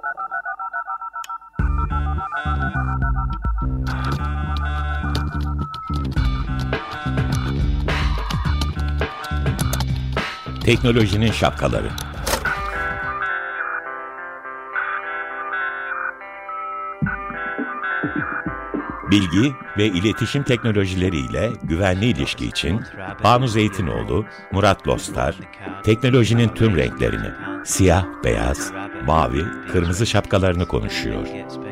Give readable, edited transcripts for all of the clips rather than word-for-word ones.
Teknolojinin şapkaları. Bilgi ve iletişim teknolojileriyle güvenli ilişki için Banu Zeytinoğlu, Murat Lostar, teknolojinin tüm renklerini, siyah, beyaz, mavi, kırmızı şapkalarını konuşuyor.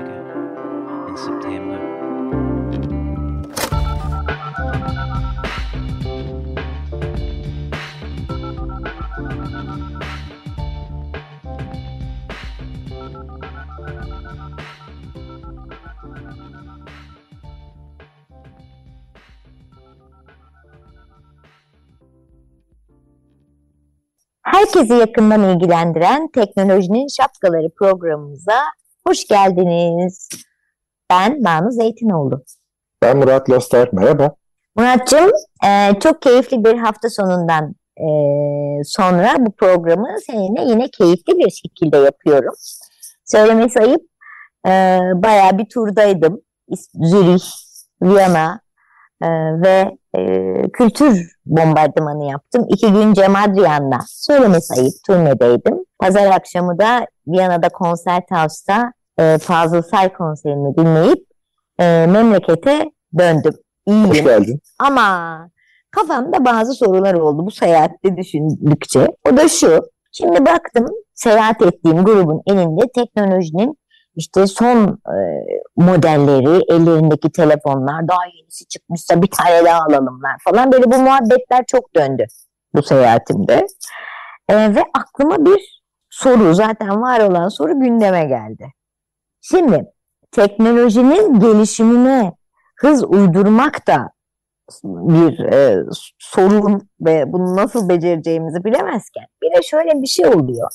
Herkesi yakından ilgilendiren Teknolojinin Şapkaları programımıza hoş geldiniz. Ben Banu Zeytinoğlu. Ben Murat Lostar. Merhaba. Murat'cığım, çok keyifli bir hafta sonundan sonra bu programı seninle yine keyifli bir şekilde yapıyorum. Söylemesi ayıp, bayağı bir turdaydım. Zürih, Viyana ve kültür bombardımanı yaptım. 2 gün Cem Adrian'la, söylemesi ayıp, turnedeydim. Pazar akşamı da Viyana'da Konzert House'ta Fazıl Say konserini dinleyip memlekete döndüm. İyiyim. Hoş geldin. Ama kafamda bazı sorular oldu bu seyahatte düşündükçe. O da şu: şimdi baktım, seyahat ettiğim grubun elinde teknolojinin İşte son modelleri, ellerindeki telefonlar, daha yenisi çıkmışsa bir tane daha alalımlar falan. Böyle bu muhabbetler çok döndü bu seyahatimde. Ve aklıma bir soru, zaten var olan soru gündeme geldi. Şimdi teknolojinin gelişimine hız uydurmak da bir sorun ve bunu nasıl becereceğimizi bilemezken bir de şöyle bir şey oluyor.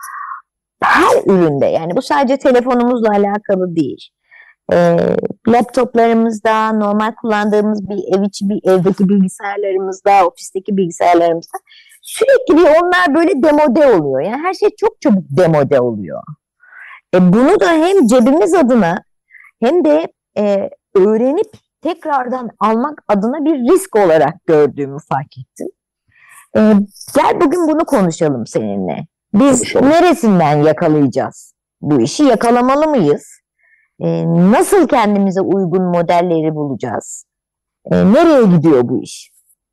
Her üründe, yani bu sadece telefonumuzla alakalı değil. Laptoplarımızda, normal kullandığımız evdeki bilgisayarlarımızda, ofisteki bilgisayarlarımızda sürekli onlar böyle demode oluyor. Yani her şey çok çabuk demode oluyor. Bunu da hem cebimiz adına hem de öğrenip tekrardan almak adına bir risk olarak gördüğümü fark ettim. Gel bugün bunu konuşalım seninle. Biz neresinden yakalayacağız bu işi? Yakalamalı mıyız? Nasıl kendimize uygun modelleri bulacağız? Nereye gidiyor bu iş?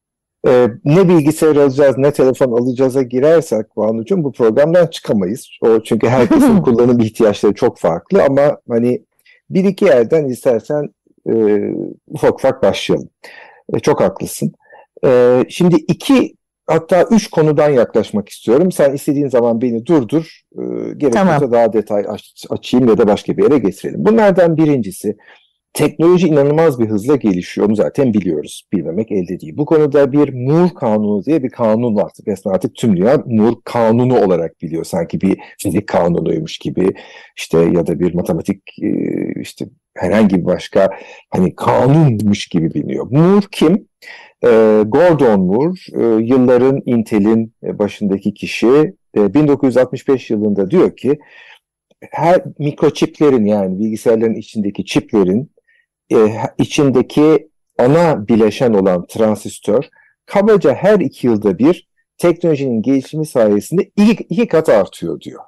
Ne bilgisayar alacağız, ne telefon alacağıza girersek Banu'cum bu programdan çıkamayız. Çünkü herkesin kullanım ihtiyaçları çok farklı ama hani bir iki yerden istersen ufak ufak başlayalım. Çok haklısın. Şimdi hatta 3 konudan yaklaşmak istiyorum. Sen istediğin zaman beni durdur. Gerekirse Tamam. daha detay açayım ya da başka bir yere getirelim. Bunlardan birincisi, teknoloji inanılmaz bir hızla gelişiyor. Onu zaten biliyoruz. Bilmemek elde değil. Bu konuda bir Moore kanunu diye bir kanun var. Resmen artık tüm dünya Moore kanunu olarak biliyor. Sanki bir fizik kanunuymuş gibi, işte ya da bir matematik, işte herhangi bir başka hani kanunmuş gibi biliniyor. Moore kim? Gordon Moore, yılların Intel'in başındaki kişi, 1965 yılında diyor ki her mikroçiplerin, yani bilgisayarların içindeki çiplerin içindeki ana bileşen olan transistör kabaca her 2 yılda bir teknolojinin gelişimi sayesinde 2 kat artıyor diyor.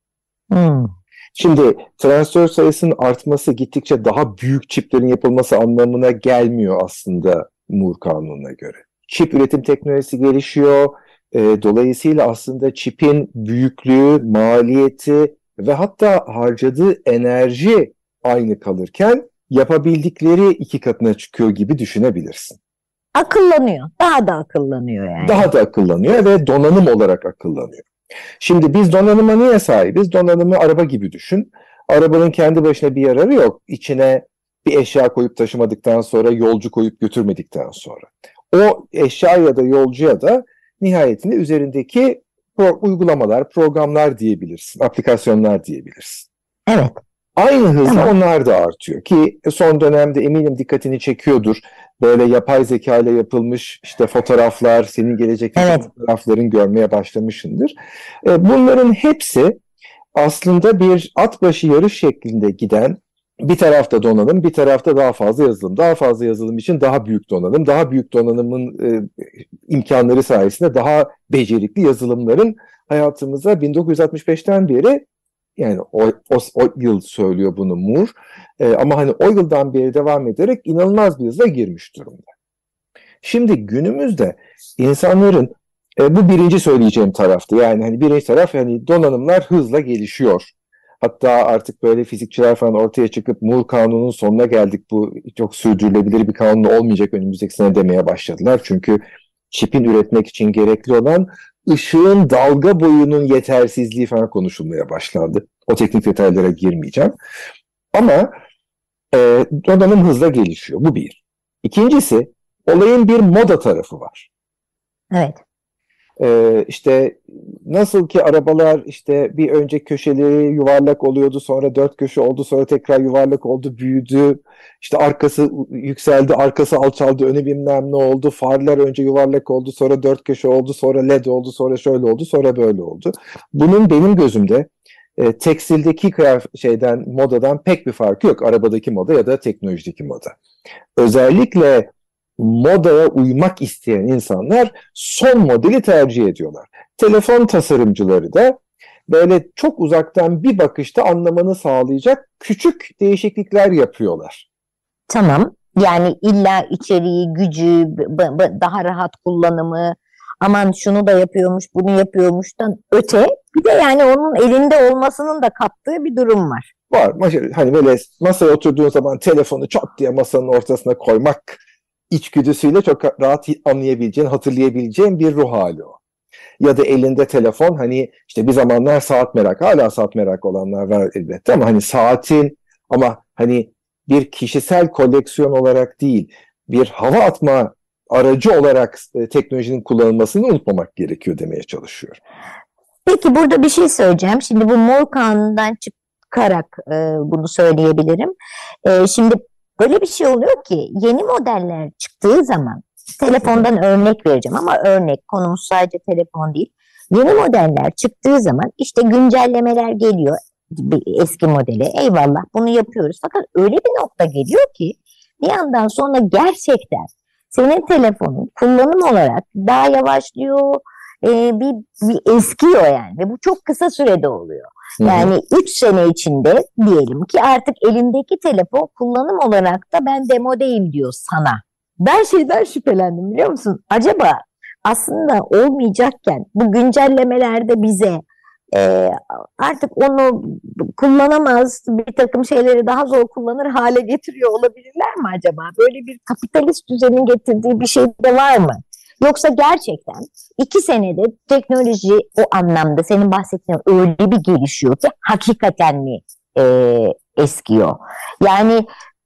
Şimdi transistör sayısının artması gittikçe daha büyük çiplerin yapılması anlamına gelmiyor aslında Moore kanununa göre. Çip üretim teknolojisi gelişiyor. Dolayısıyla aslında çipin büyüklüğü, maliyeti ve hatta harcadığı enerji aynı kalırken yapabildikleri 2 katına çıkıyor gibi düşünebilirsin. Akıllanıyor. Daha da akıllanıyor yani. Daha da akıllanıyor ve donanım olarak akıllanıyor. Şimdi biz donanıma niye sahibiz? Donanımı araba gibi düşün. Arabanın kendi başına bir yararı yok. İçine bir eşya koyup taşımadıktan sonra, yolcu koyup götürmedikten sonra. O eşya ya da yolcuya da nihayetinde üzerindeki uygulamalar, programlar diyebilirsin, aplikasyonlar diyebilirsin. Evet. Aynı hızla onlar da artıyor ki son dönemde eminim dikkatini çekiyordur. Böyle yapay zeka ile yapılmış işte fotoğraflar, senin gelecekteki fotoğrafların görmeye başlamışsındır. Bunların hepsi aslında bir at başı yarış şeklinde giden, bir tarafta donanım, bir tarafta daha fazla yazılım. Daha fazla yazılım için daha büyük donanım, daha büyük donanımın imkanları sayesinde daha becerikli yazılımların hayatımıza 1965'ten beri, yani o yıl söylüyor bunu Moore, ama hani o yıldan beri devam ederek inanılmaz bir hızla girmiş durumda. Şimdi günümüzde insanların, bu birinci söyleyeceğim taraftı. Yani hani birinci taraf, hani donanımlar hızla gelişiyor. Hatta artık böyle fizikçiler falan ortaya çıkıp Moore kanununun sonuna geldik, bu çok sürdürülebilir bir kanun olmayacak önümüzdeki sene demeye başladılar. Çünkü çipin üretmek için gerekli olan ışığın dalga boyunun yetersizliği falan konuşulmaya başlandı. O teknik detaylara girmeyeceğim. Ama donanım hızla gelişiyor. Bu bir. İkincisi, olayın bir moda tarafı var. Evet. İşte nasıl ki arabalar işte bir önce köşeleri yuvarlak oluyordu, sonra dört köşe oldu, sonra tekrar yuvarlak oldu, büyüdü. İşte arkası yükseldi, arkası alçaldı, önü bilmem ne oldu. Farlar önce yuvarlak oldu, sonra dört köşe oldu, sonra led oldu, sonra şöyle oldu, sonra böyle oldu. Bunun benim gözümde tekstildeki modadan pek bir farkı yok. Arabadaki moda ya da teknolojideki moda. Özellikle modaya uymak isteyen insanlar son modeli tercih ediyorlar. Telefon tasarımcıları da böyle çok uzaktan bir bakışta anlamanı sağlayacak küçük değişiklikler yapıyorlar. Tamam. Yani illa içeriği, gücü, daha rahat kullanımı, aman şunu da yapıyormuş, bunu yapıyormuştan öte, bir de yani onun elinde olmasının da kattığı bir durum var. Var. Hani böyle masaya oturduğun zaman telefonu çat diye masanın ortasına koymak içgüdüsüyle çok rahat anlayabileceğin, hatırlayabileceğin bir ruh hali o. Ya da elinde telefon, hani işte bir zamanlar saat merakı, hala saat merakı olanlar var elbette, ama hani saatin, ama hani bir kişisel koleksiyon olarak değil, bir hava atma aracı olarak teknolojinin kullanılmasını unutmamak gerekiyor demeye çalışıyor. Peki burada bir şey söyleyeceğim. Şimdi bu Moore kanunundan çıkarak bunu söyleyebilirim. Şimdi böyle bir şey oluyor ki yeni modeller çıktığı zaman, telefondan örnek vereceğim ama örnek, konumuz sadece telefon değil. Yeni modeller çıktığı zaman işte güncellemeler geliyor eski modele, eyvallah bunu yapıyoruz. Fakat öyle bir nokta geliyor ki bir yandan sonra gerçekten senin telefonun kullanım olarak daha yavaşlıyor, bir eskiyor yani ve bu çok kısa sürede oluyor. Yani 3 sene içinde diyelim ki artık elindeki telefon kullanım olarak da ben demodeyim diyor sana. Ben şeyden şüphelendim, biliyor musun? Acaba aslında olmayacakken bu güncellemelerde bize artık onu kullanamaz, bir takım şeyleri daha zor kullanır hale getiriyor olabilirler mi acaba? Böyle bir kapitalist düzenin getirdiği bir şey de var mı? Yoksa gerçekten 2 senede teknoloji o anlamda senin bahsettiğin öyle bir gelişiyor ki hakikaten mi eskiyor? Yani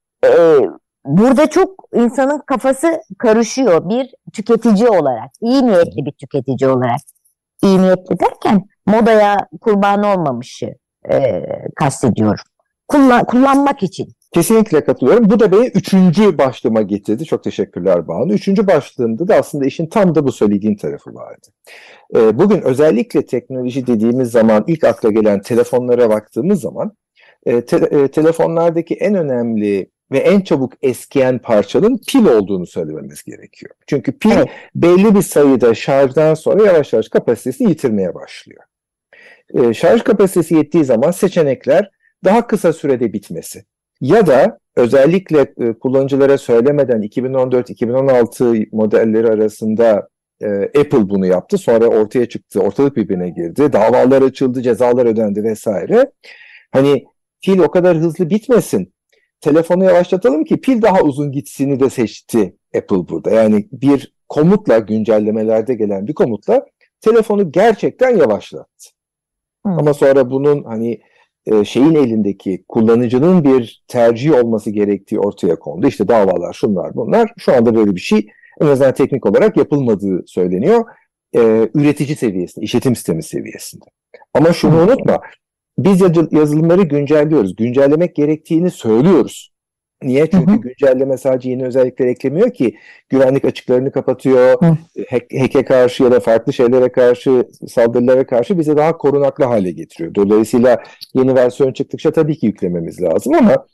burada çok insanın kafası karışıyor bir tüketici olarak, iyi niyetli bir tüketici olarak. İyi niyetli derken modaya kurban olmamışı kastediyorum. Kullanmak için. Kesinlikle katılıyorum. Bu da beni 3. başlığıma getirdi. Çok teşekkürler Banu. 3. başlığımda da aslında işin tam da bu söylediğin tarafı vardı. Bugün özellikle teknoloji dediğimiz zaman ilk akla gelen telefonlara baktığımız zaman telefonlardaki en önemli ve en çabuk eskiyen parçanın pil olduğunu söylememiz gerekiyor. Çünkü pil belli bir sayıda şarjdan sonra yavaş yavaş kapasitesini yitirmeye başlıyor. Şarj kapasitesi yettiği zaman seçenekler daha kısa sürede bitmesi ya da özellikle kullanıcılara söylemeden 2014-2016 modelleri arasında Apple bunu yaptı. Sonra ortaya çıktı, ortalık birbirine girdi. Davalar açıldı, cezalar ödendi vesaire. Hani pil o kadar hızlı bitmesin, telefonu yavaşlatalım ki pil daha uzun gitsini de seçti Apple burada. Yani bir komutla, güncellemelerde gelen bir komutla telefonu gerçekten yavaşlattı. Ama sonra bunun hani şeyin elindeki kullanıcının bir tercih olması gerektiği ortaya kondu. İşte davalar, şunlar bunlar. Şu anda böyle bir şey en azından teknik olarak yapılmadığı söyleniyor. Üretici seviyesinde, işletim sistemi seviyesinde. Ama şunu unutma, biz yazılımları güncelliyoruz. Güncellemek gerektiğini söylüyoruz. Niye? Çünkü güncelleme sadece yeni özellikler eklemiyor ki. Güvenlik açıklarını kapatıyor. Hack'e karşı ya da farklı şeylere karşı, saldırılara karşı bizi daha korunaklı hale getiriyor. Dolayısıyla yeni versiyon çıktıkça tabii ki yüklememiz lazım ama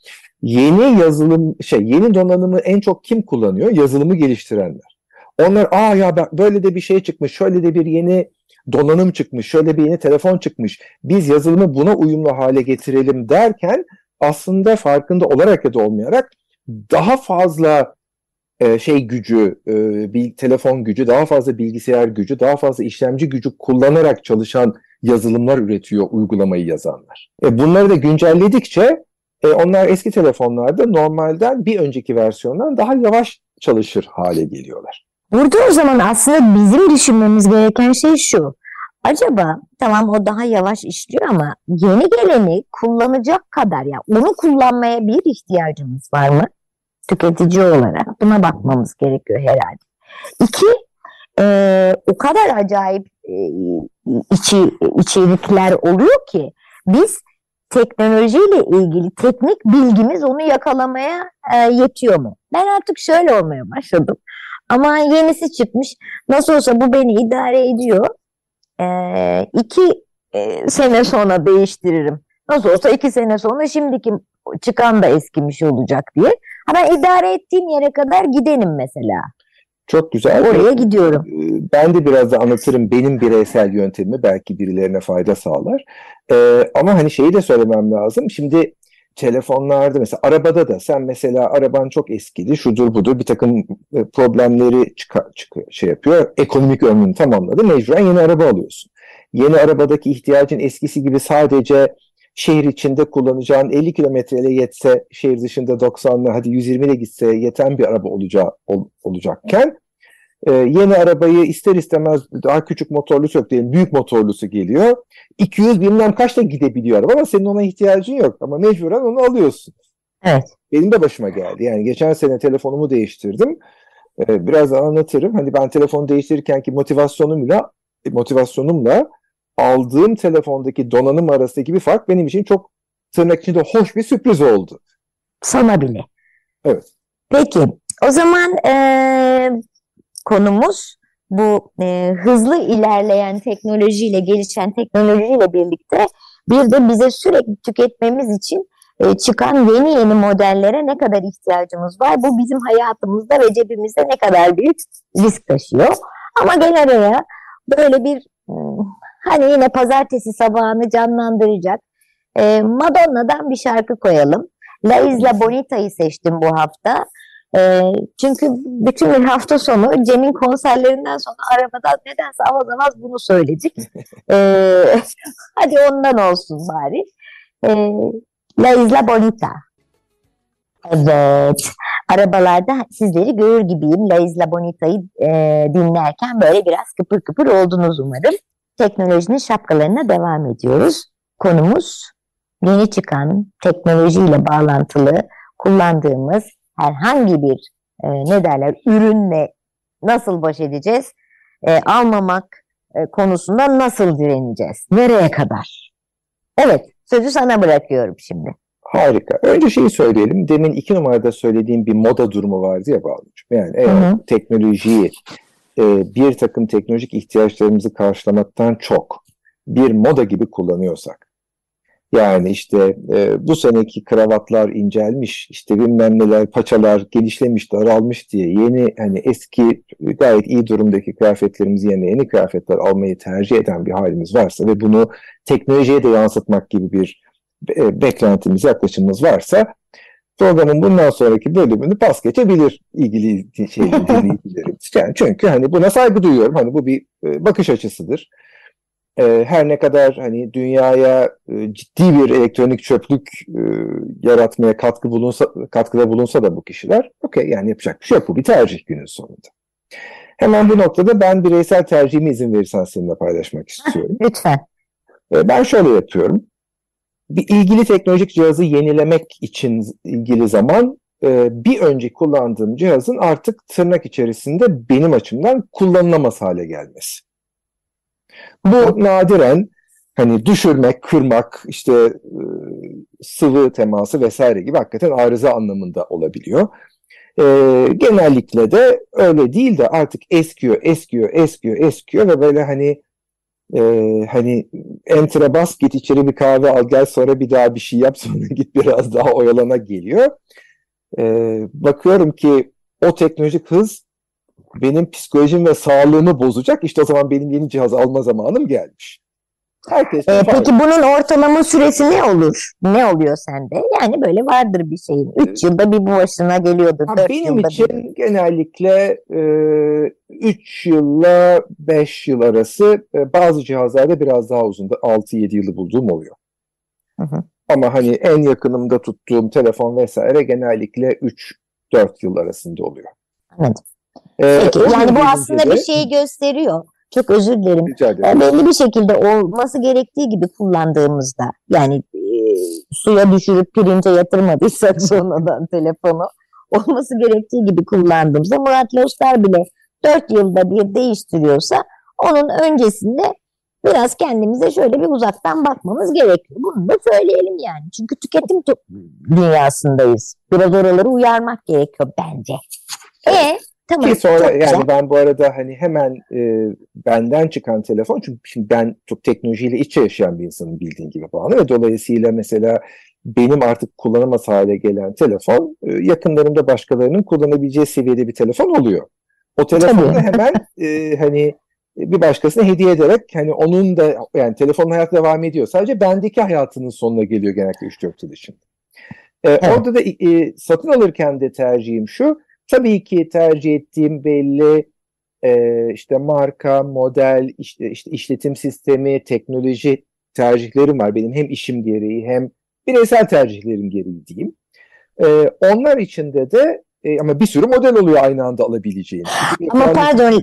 yeni donanımı en çok kim kullanıyor? Yazılımı geliştirenler. Onlar böyle de bir şey çıkmış, şöyle de bir yeni donanım çıkmış, şöyle bir yeni telefon çıkmış. Biz yazılımı buna uyumlu hale getirelim derken aslında farkında olarak ya da olmayarak daha fazla bir telefon gücü, daha fazla bilgisayar gücü, daha fazla işlemci gücü kullanarak çalışan yazılımlar üretiyor uygulamayı yazanlar. Bunları da güncelledikçe onlar eski telefonlarda normalden bir önceki versiyondan daha yavaş çalışır hale geliyorlar. Burada o zaman aslında bizim düşünmemiz gereken şey şu. Acaba tamam o daha yavaş işliyor ama yeni geleni kullanacak kadar onu kullanmaya bir ihtiyacımız var mı? Tüketici olarak buna bakmamız gerekiyor herhalde. İki, o kadar acayip içerikler oluyor ki biz teknolojiyle ilgili teknik bilgimiz onu yakalamaya yetiyor mu? Ben artık şöyle olmaya başladım. Ama yenisi çıkmış. Nasıl olsa bu beni idare ediyor. 2 sene sonra değiştiririm. Nasıl olsa 2 sene sonra şimdiki çıkan da eskimiş olacak diye. Ben idare ettiğim yere kadar gidenim mesela. Çok güzel. Oraya gidiyorum. Ben de biraz da anlatırım benim bireysel yöntemimi, belki birilerine fayda sağlar. Ama hani şeyi de söylemem lazım. Şimdi telefonlarda mesela arabada da sen mesela araban çok eskidi, şudur budur bir takım problemleri yapıyor. Ekonomik ömrünü tamamladı. Mecburen yeni araba alıyorsun. Yeni arabadaki ihtiyacın eskisi gibi sadece şehir içinde kullanacağın 50 kilometreyle yetse, şehir dışında 90'la hadi 120'le gitse yeten bir araba olacakken yeni arabayı ister istemez daha küçük motorlusu yok diyelim, büyük motorlusu geliyor. 200 bilmem kaçta gidebiliyor araba ama senin ona ihtiyacın yok ama mecburen onu alıyorsun. Evet. Benim de başıma geldi. Yani geçen sene telefonumu değiştirdim. Birazdan anlatırım. Hani ben telefonu değiştirirkenki motivasyonumla aldığım telefondaki donanım arasındaki bir fark benim için çok tırnak içinde hoş bir sürpriz oldu. Sana bile. Evet. Peki o zaman konumuz bu hızlı ilerleyen teknolojiyle, gelişen teknolojiyle birlikte bir de bize sürekli tüketmemiz için çıkan yeni modellere ne kadar ihtiyacımız var? Bu bizim hayatımızda ve cebimizde ne kadar büyük risk taşıyor? Ama gel araya böyle bir hani yine pazartesi sabahını canlandıracak Madonna'dan bir şarkı koyalım. La Isla Bonita'yı seçtim bu hafta. Çünkü bütün bir hafta sonu Cem'in konserlerinden sonra arabada nedense avaz avaz bunu söyledik. Hadi ondan olsun bari. La Isla Bonita. Evet. Arabalarda sizleri görür gibiyim. La Isla Bonita'yı dinlerken böyle biraz kıpır kıpır oldunuz umarım. Teknolojinin şapkalarına devam ediyoruz. Konumuz yeni çıkan teknolojiyle bağlantılı kullandığımız herhangi bir ürünle nasıl baş edeceğiz? Almamak konusunda nasıl direneceğiz? Nereye kadar? Evet, sözü sana bırakıyorum şimdi. Harika. Önce şeyi söyleyelim. Demin 2 numarada söylediğim bir moda durumu vardı ya Bağlıcığım. Yani eğer teknolojiyi bir takım teknolojik ihtiyaçlarımızı karşılamaktan çok bir moda gibi kullanıyorsak, yani işte bu seneki kravatlar incelmiş, işte bilmem neler, paçalar genişlemiş, daralmış diye yeni hani eski gayet iyi durumdaki kıyafetlerimizi yerine yeni kıyafetler almayı tercih eden bir halimiz varsa ve bunu teknolojiye de yansıtmak gibi bir beklentimiz, yaklaşımımız varsa programın bundan sonraki bölümünü pas geçebilir ilgili dinleyicilerimiz. Yani çünkü hani buna saygı duyuyorum. Hani bu bir bakış açısıdır. Her ne kadar hani dünyaya ciddi bir elektronik çöplük yaratmaya katkıda bulunsa da bu kişiler, okey, yani yapacak bir şey yok, bu bir tercih günün sonunda. Hemen bu noktada ben bireysel tercihimi izin verirsen seninle paylaşmak istiyorum. Lütfen. Ben şöyle yapıyorum. Bir ilgili teknolojik cihazı yenilemek için ilgili zaman bir önceki kullandığım cihazın artık tırnak içerisinde benim açımdan kullanılamaz hale gelmesi. Bu nadiren hani düşürmek, kırmak, işte sıvı teması vesaire gibi hakikaten arıza anlamında olabiliyor. Genellikle de öyle değil de artık eskiyor ve böyle hani enter'a bas, git içeri bir kahve al gel, sonra bir daha bir şey yap, sonra git biraz daha oyalana geliyor. Bakıyorum ki o teknolojik hız benim psikolojim ve sağlığımı bozacak. İşte o zaman benim yeni cihaz alma zamanım gelmiş. Herkes peki bunun ortalama süresi ne olur? Ne oluyor sende? Yani böyle vardır bir şeyin. 3 yılda bir bu başına geliyordur. 4 Benim yılda için bir. genellikle 3 yılla 5 yıl arası, bazı cihazlarda biraz daha uzun da 6-7 yılı bulduğum oluyor. Hı hı. Ama hani en yakınımda tuttuğum telefon vesaire genellikle 3-4 yıl arasında oluyor. Anladım. Peki yani bu aslında bir şeyi gösteriyor. Çok özür dilerim. Belli bir şekilde olması gerektiği gibi kullandığımızda, yani suya düşürüp pirince yatırmadıysak sonradan telefonu, olması gerektiği gibi kullandığımızda, Murat Lostar bile 4 yılda bir değiştiriyorsa onun öncesinde biraz kendimize şöyle bir uzaktan bakmamız gerekiyor. Bunu da söyleyelim yani. Çünkü tüketim dünyasındayız. Biraz oraları uyarmak gerekiyor bence. Tamam, ki sonra yani ben bu arada hani hemen benden çıkan telefon, çünkü şimdi ben çok teknolojiyle iç içe yaşayan bir insanım bildiğin gibi falan ve dolayısıyla mesela benim artık kullanamaz hale gelen telefon yakınlarımda başkalarının kullanabileceği seviyede bir telefon oluyor. O telefonu hemen hani bir başkasına hediye ederek, hani onun da yani telefonun hayatı devam ediyor. Sadece bendeki hayatının sonuna geliyor genellikle 3-4 yıl içinde. Orada da satın alırken de tercihim şu. Tabii ki tercih ettiğim belli işte marka, model, işte işletim sistemi, teknoloji tercihlerim var. Benim hem işim gereği hem bireysel tercihlerim gereği diyeyim. Onlar içinde de ama bir sürü model oluyor aynı anda alabileceğin. Ama pardon.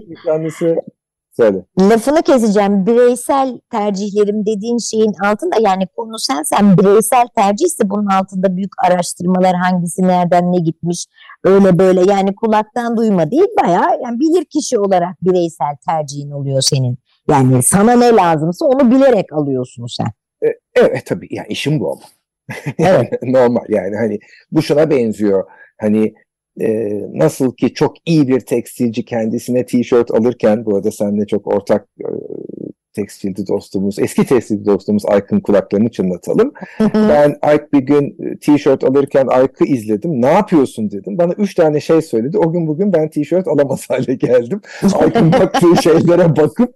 Söyle. Lafını keseceğim. Bireysel tercihlerim dediğin şeyin altında, yani konu sen bireysel tercihse bunun altında büyük araştırmalar, hangisi nereden ne gitmiş, öyle böyle, yani kulaktan duyma değil, bayağı yani bilir kişi olarak bireysel tercihin oluyor senin. Yani sana ne lazımsa onu bilerek alıyorsun sen. Evet tabii yani işim bu ama. Evet. Normal yani, hani bu şuna benziyor. Hani nasıl ki çok iyi bir tekstilci kendisine tişört alırken, bu arada seninle çok ortak tekstilci dostumuz, eski tekstilci dostumuz Aykın, kulaklarını çınlatalım. Ben Ayk bir gün tişört alırken Ayk'ı izledim. Ne yapıyorsun dedim. Bana 3 tane şey söyledi. O gün bugün ben tişört alamaz hale geldim. Ayk'ın baktığı şeylere bakıp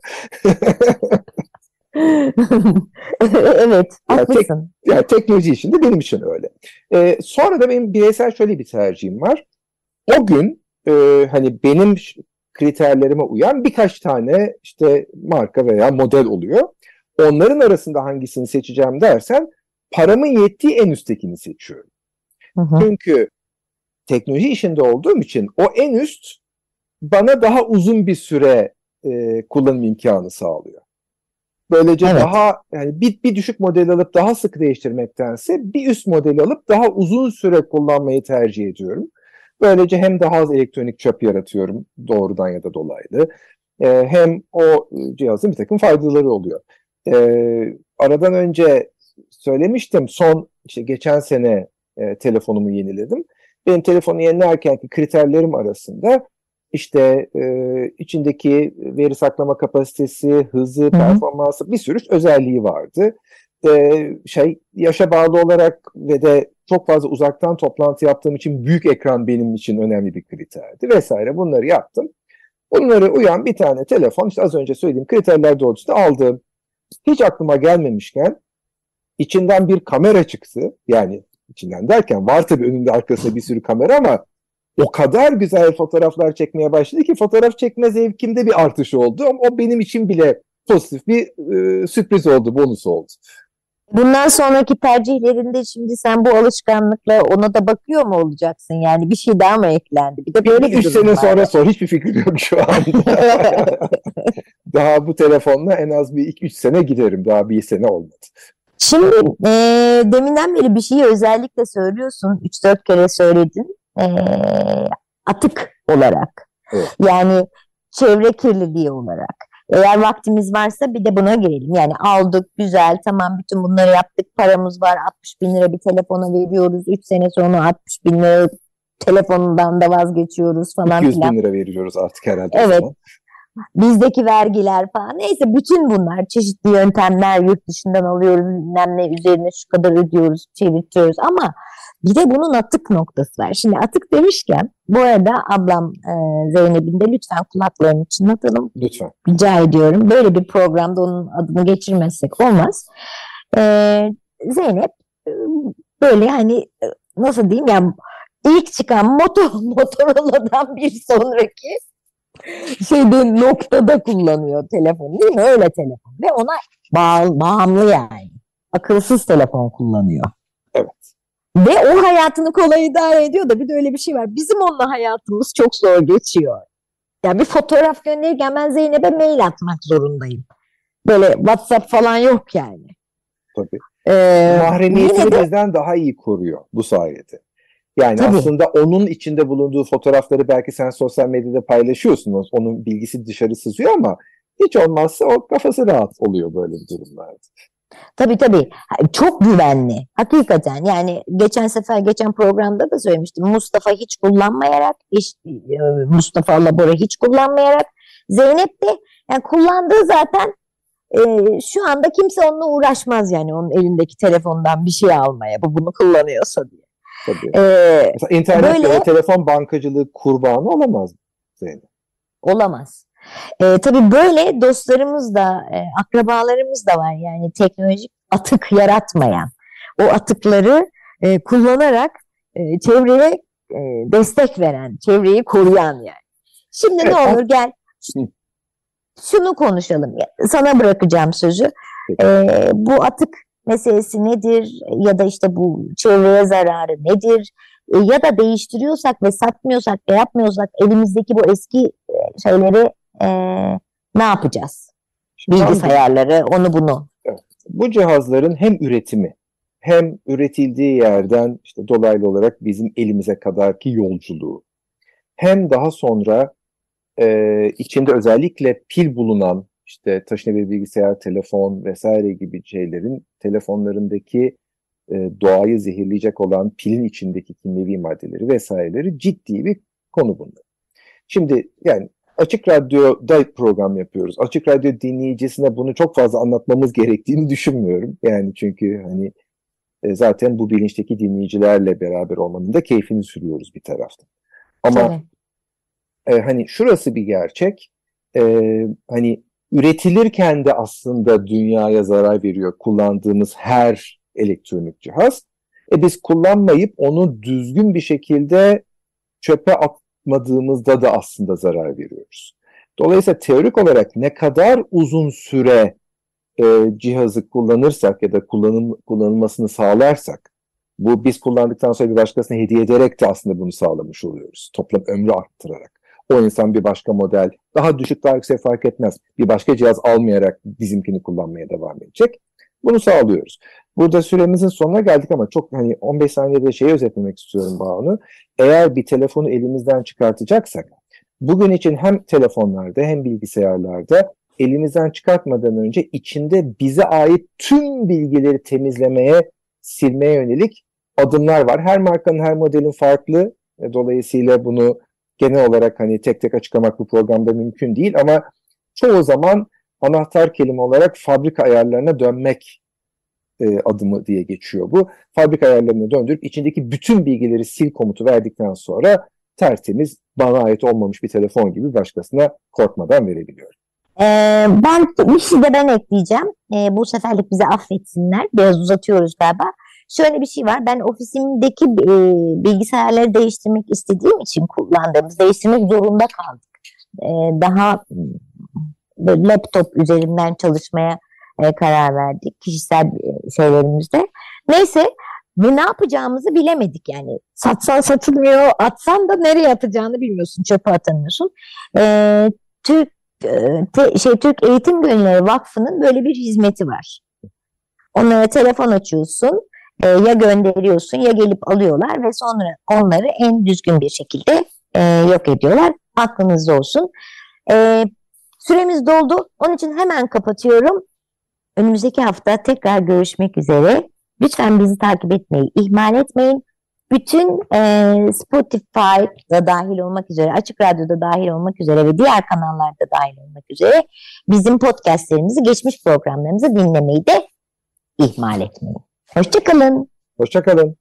evet, haklısın. Yani teknoloji için de benim için öyle. Sonra da benim bireysel şöyle bir tercihim var. O gün hani benim kriterlerime uyan birkaç tane işte marka veya model oluyor. Onların arasında hangisini seçeceğim dersen, paramın yettiği en üsttekini seçiyorum. Çünkü teknoloji işinde olduğum için o en üst bana daha uzun bir süre kullanım imkanı sağlıyor. Böylece daha yani bir düşük model alıp daha sık değiştirmektense bir üst modeli alıp daha uzun süre kullanmayı tercih ediyorum. Böylece hem daha az elektronik çöp yaratıyorum doğrudan ya da dolaylı. Hem o cihazın bir takım faydaları oluyor. Aradan önce söylemiştim, son işte geçen sene telefonumu yeniledim. Benim telefonu yenilerkenki kriterlerim arasında İşte içindeki veri saklama kapasitesi, hızı, performansı, bir sürü özelliği vardı. Yaşa bağlı olarak ve de çok fazla uzaktan toplantı yaptığım için büyük ekran benim için önemli bir kriterdi vesaire. Bunları yaptım. Bunları uyan bir tane telefon, işte az önce söylediğim kriterler doğrultusunda aldım. Hiç aklıma gelmemişken içinden bir kamera çıktı. Yani içinden derken var tabii önünde arkasında bir sürü kamera, ama o kadar güzel fotoğraflar çekmeye başladı ki fotoğraf çekme zevkimde bir artış oldu. Ama o benim için bile pozitif bir sürpriz oldu, bonus oldu. Bundan sonraki tercihlerinde şimdi sen bu alışkanlıkla ona da bakıyor mu olacaksın? Yani bir şey daha mı eklendi? Bir de böyle bir 3 sene sonra hiçbir fikrim yok şu anda. Daha bu telefonla en az bir 2-3 sene giderim. Daha bir sene olmadı. Şimdi deminden beri bir şeyi özellikle söylüyorsun. 3-4 kere söyledin. Atık olarak. Evet. Yani çevre kirliliği olarak. Eğer vaktimiz varsa bir de buna girelim. Yani aldık, güzel, tamam, bütün bunları yaptık, paramız var, 60 bin lira bir telefona veriyoruz, 3 sene sonra 60 bin lira telefonundan da vazgeçiyoruz falan 200 filan. bin lira veriyoruz artık herhalde. Evet. Bizdeki vergiler falan, neyse, bütün bunlar, çeşitli yöntemler, yurt dışından alıyoruz, bilmem ne, üzerine şu kadar ödüyoruz, çeviriyoruz, ama bir de bunun atık noktası var. Şimdi atık demişken, bu arada ablam Zeynep'in de lütfen kulaklarını çınlatalım. Lütfen. Rica ediyorum. Böyle bir programda onun adını geçirmezsek olmaz. Zeynep böyle, hani nasıl diyeyim, yani ilk çıkan Motorola'dan bir sonraki noktada kullanıyor telefon, değil mi? Öyle telefon. Ve ona bağımlı yani. Akılsız telefon kullanıyor. Evet. Ve o hayatını kolay idare ediyor da bir de öyle bir şey var. Bizim onunla hayatımız çok zor geçiyor. Yani bir fotoğraf gönderirken ben Zeynep'e mail atmak zorundayım. Böyle WhatsApp falan yok yani. Tabii. Mahremiyetini bizden daha iyi koruyor bu sayede. Yani tabii, aslında onun içinde bulunduğu fotoğrafları belki sen sosyal medyada paylaşıyorsun. Onun bilgisi dışarı sızıyor ama hiç olmazsa o kafası rahat oluyor böyle bir durumlarda. Tabii. Çok güvenli. Hakikaten, yani geçen programda da söylemiştim. Mustafa hiç kullanmayarak, Mustafa Bora hiç kullanmayarak, Zeynep de yani kullandığı zaten, şu anda kimse onunla uğraşmaz yani, onun elindeki telefondan bir şey almaya, bu bunu kullanıyorsa diye. Tabii. Mesela internet ya da telefon bankacılığı kurbanı olamaz Zeynep. Olamaz. Tabii böyle dostlarımız da, akrabalarımız da var yani, teknolojik atık yaratmayan, o atıkları kullanarak çevreye destek veren, çevreyi koruyan yani. Şimdi ne olur gel şunu konuşalım. Sana bırakacağım sözü. Bu atık meselesi nedir, ya da işte bu çevreye zararı nedir, ya da değiştiriyorsak ve satmıyorsak ve yapmıyorsak elimizdeki bu eski şeyleri ne yapacağız? Bilgisayarları, onu bunu. Evet. Bu cihazların hem üretimi hem üretildiği yerden işte dolaylı olarak bizim elimize kadarki yolculuğu, hem daha sonra içinde özellikle pil bulunan işte taşınabilir bilgisayar, telefon vesaire gibi şeylerin telefonlarındaki doğayı zehirleyecek olan pilin içindeki kimyevi maddeleri vesaireleri ciddi bir konu bunlar. Şimdi yani Açık Radyo'da program yapıyoruz. Açık Radyo dinleyicisine bunu çok fazla anlatmamız gerektiğini düşünmüyorum. Yani çünkü hani zaten bu bilinçteki dinleyicilerle beraber olmanın da keyfini sürüyoruz bir taraftan. Ama hani şurası bir gerçek. Hani üretilirken de aslında dünyaya zarar veriyor kullandığımız her elektronik cihaz. Biz kullanmayıp onu düzgün bir şekilde çöpe atmadığımızda da aslında zarar veriyoruz. Dolayısıyla teorik olarak ne kadar uzun süre cihazı kullanırsak ya da kullanılmasını sağlarsak, bu biz kullandıktan sonra bir başkasına hediye ederek de aslında bunu sağlamış oluyoruz. Toplam ömrü arttırarak. O insan bir başka model, daha düşük daha yüksek fark etmez, bir başka cihaz almayarak bizimkini kullanmaya devam edecek. Bunu sağlıyoruz. Burada süremizin sonuna geldik ama çok hani 15 saniyede şeyi özetlemek istiyorum Banu. Eğer bir telefonu elimizden çıkartacaksak, bugün için hem telefonlarda hem bilgisayarlarda elimizden çıkartmadan önce içinde bize ait tüm bilgileri temizlemeye, silmeye yönelik adımlar var. Her markanın, her modelin farklı. Dolayısıyla bunu genel olarak hani tek tek açıklamak bu programda mümkün değil ama çoğu zaman anahtar kelime olarak fabrika ayarlarına dönmek adımı diye geçiyor bu. Fabrika ayarlarına döndürüp içindeki bütün bilgileri sil komutu verdikten sonra tertemiz, bana ait olmamış bir telefon gibi başkasına korkmadan verebiliyorum. Ben bir şey de ben ekleyeceğim. Bu seferlik bizi affetsinler. Biraz uzatıyoruz galiba. Şöyle bir şey var. Ben ofisimdeki bilgisayarları değiştirmek istediğim için değiştirmek zorunda kaldık. Daha laptop üzerinden çalışmaya karar verdik kişisel şeylerimizde. Neyse, ve ne yapacağımızı bilemedik yani. Satsan satılmıyor, atsan da nereye atacağını bilmiyorsun, çöpe atamıyorsun. Türk Eğitim Gönülleri Vakfı'nın böyle bir hizmeti var. Onlara telefon açıyorsun, ya gönderiyorsun ya gelip alıyorlar ve sonra onları en düzgün bir şekilde yok ediyorlar. Aklınızda olsun. Süremiz doldu. Onun için hemen kapatıyorum. Önümüzdeki hafta tekrar görüşmek üzere. Lütfen bizi takip etmeyi ihmal etmeyin. Bütün Spotify'da dahil olmak üzere, Açık Radyo'da dahil olmak üzere ve diğer kanallarda dahil olmak üzere bizim podcastlerimizi, geçmiş programlarımızı dinlemeyi de ihmal etmeyin. Hoşça kalın. Hoşça kalın.